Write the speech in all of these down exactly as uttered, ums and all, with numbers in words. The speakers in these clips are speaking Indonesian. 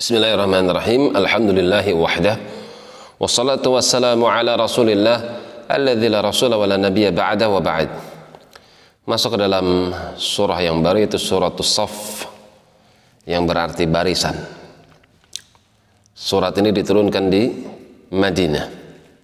Bismillahirrahmanirrahim. Alhamdulillahi wahdah. Wassalatu wassalamu ala rasulillah alladzi la rasula wa la nabiyya ba'da wa ba'd. Masuk ke dalam surah yang baru, yaitu suratul Saff, yang berarti barisan. Surat ini diturunkan di Madinah.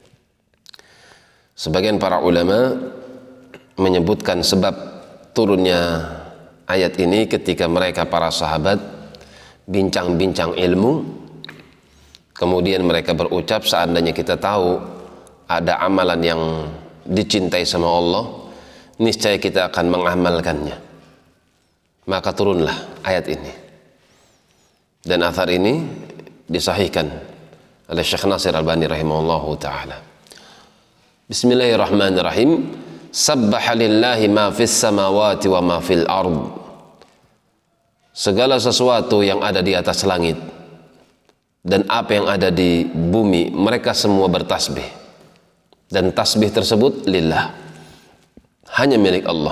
Sebagian para ulama menyebutkan sebab turunnya ayat ini ketika mereka para sahabat bincang-bincang ilmu, kemudian mereka berucap, seandainya kita tahu ada amalan yang dicintai sama Allah, niscaya kita akan mengamalkannya. Maka turunlah ayat ini, dan athar ini disahihkan oleh Syekh Nasir Albani rahimahullahu ta'ala. Bismillahirrahmanirrahim. Sabbaha lillahi ma fis samawati wa ma fil ard. Segala sesuatu yang ada di atas langit dan apa yang ada di bumi, mereka semua bertasbih, dan tasbih tersebut lillah, hanya milik Allah.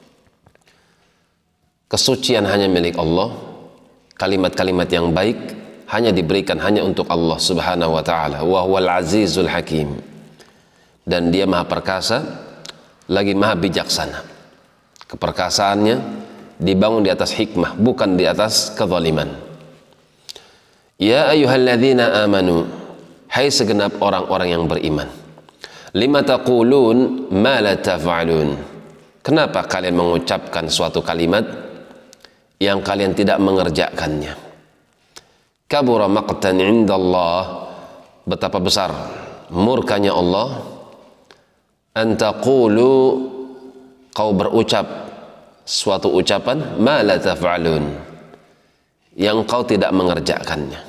Kesucian hanya milik Allah, kalimat-kalimat yang baik hanya diberikan hanya untuk Allah subhanahu wa ta'ala. Wa huwal azizul hakim, dan dia maha perkasa lagi maha bijaksana. Keperkasaannya dibangun di atas hikmah, bukan di atas kezaliman. Ya ayyuhalladzina amanu, hai segenap orang-orang yang beriman, lima taqulun ma la taf'alun, kenapa kalian mengucapkan suatu kalimat yang kalian tidak mengerjakannya? Kabura maqtan indallah, betapa besar murkanya Allah, an taqulu, kau berucap suatu ucapan ma la taf'alun, yang kau tidak mengerjakannya.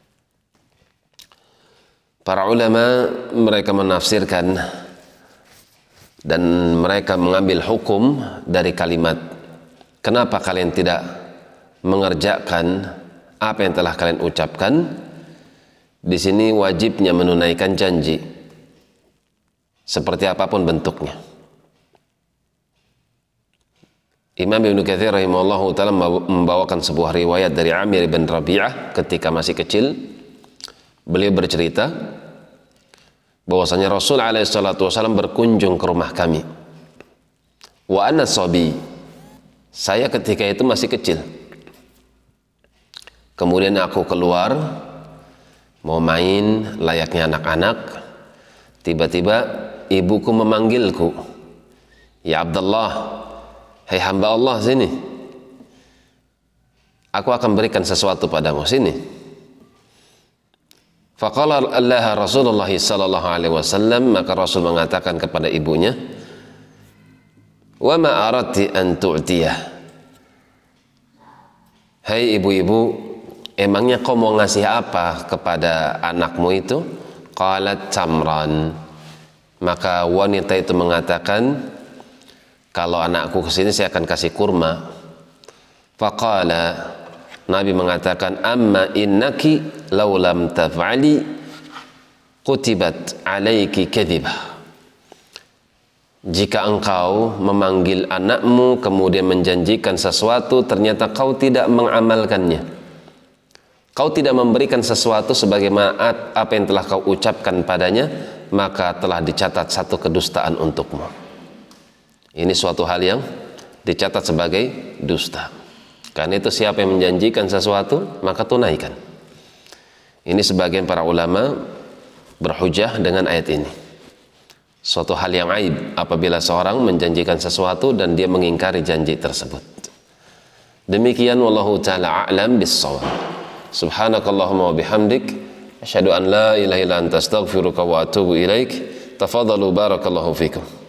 Para ulama mereka menafsirkan dan mereka mengambil hukum dari kalimat kenapa kalian tidak mengerjakan apa yang telah kalian ucapkan. Di sini wajibnya menunaikan janji seperti apapun bentuknya. Imam Ibnu Katsir rahimahullahu ta'ala membawakan sebuah riwayat dari Amir bin Rabi'ah ketika masih kecil. Beliau bercerita bahwasanya Rasul alaihi salatu wasallam berkunjung ke rumah kami. Wa ana sabi, saya ketika itu masih kecil. Kemudian aku keluar mau main layaknya anak-anak. Tiba-tiba ibuku memanggilku, ya Abdullah, hai hamba Allah, sini, aku akan berikan sesuatu padamu, sini. Faqala Allah Rasulullah sallallahu alaihi wasallam, maka Rasul mengatakan kepada ibunya, wa ma aradti an tu'tiyah, hai ibu-ibu, emangnya kau mau ngasih apa kepada anakmu itu? Qalat tamran, maka wanita itu mengatakan, kalau anakku kesini saya akan kasih kurma. Faqala, Nabi mengatakan, amma innaki law lam taf'ali kutibat alaiki kadhibah. Jika engkau memanggil anakmu kemudian menjanjikan sesuatu, ternyata kau tidak mengamalkannya, kau tidak memberikan sesuatu sebagaimana apa yang telah kau ucapkan padanya, maka telah dicatat satu kedustaan untukmu. Ini suatu hal yang dicatat sebagai dusta. Karena itu siapa yang menjanjikan sesuatu, maka tunaikan. Ini sebagian para ulama berhujah dengan ayat ini. Suatu hal yang aib apabila seorang menjanjikan sesuatu dan dia mengingkari janji tersebut. Demikian, wallahu ta'ala a'lam bis-shawab. Subhanakallahumma wa bihamdik, asyhadu an la ilaha illa anta astaghfiruka wa atubu ilaik. Tafadhalu, barakallahu fikum.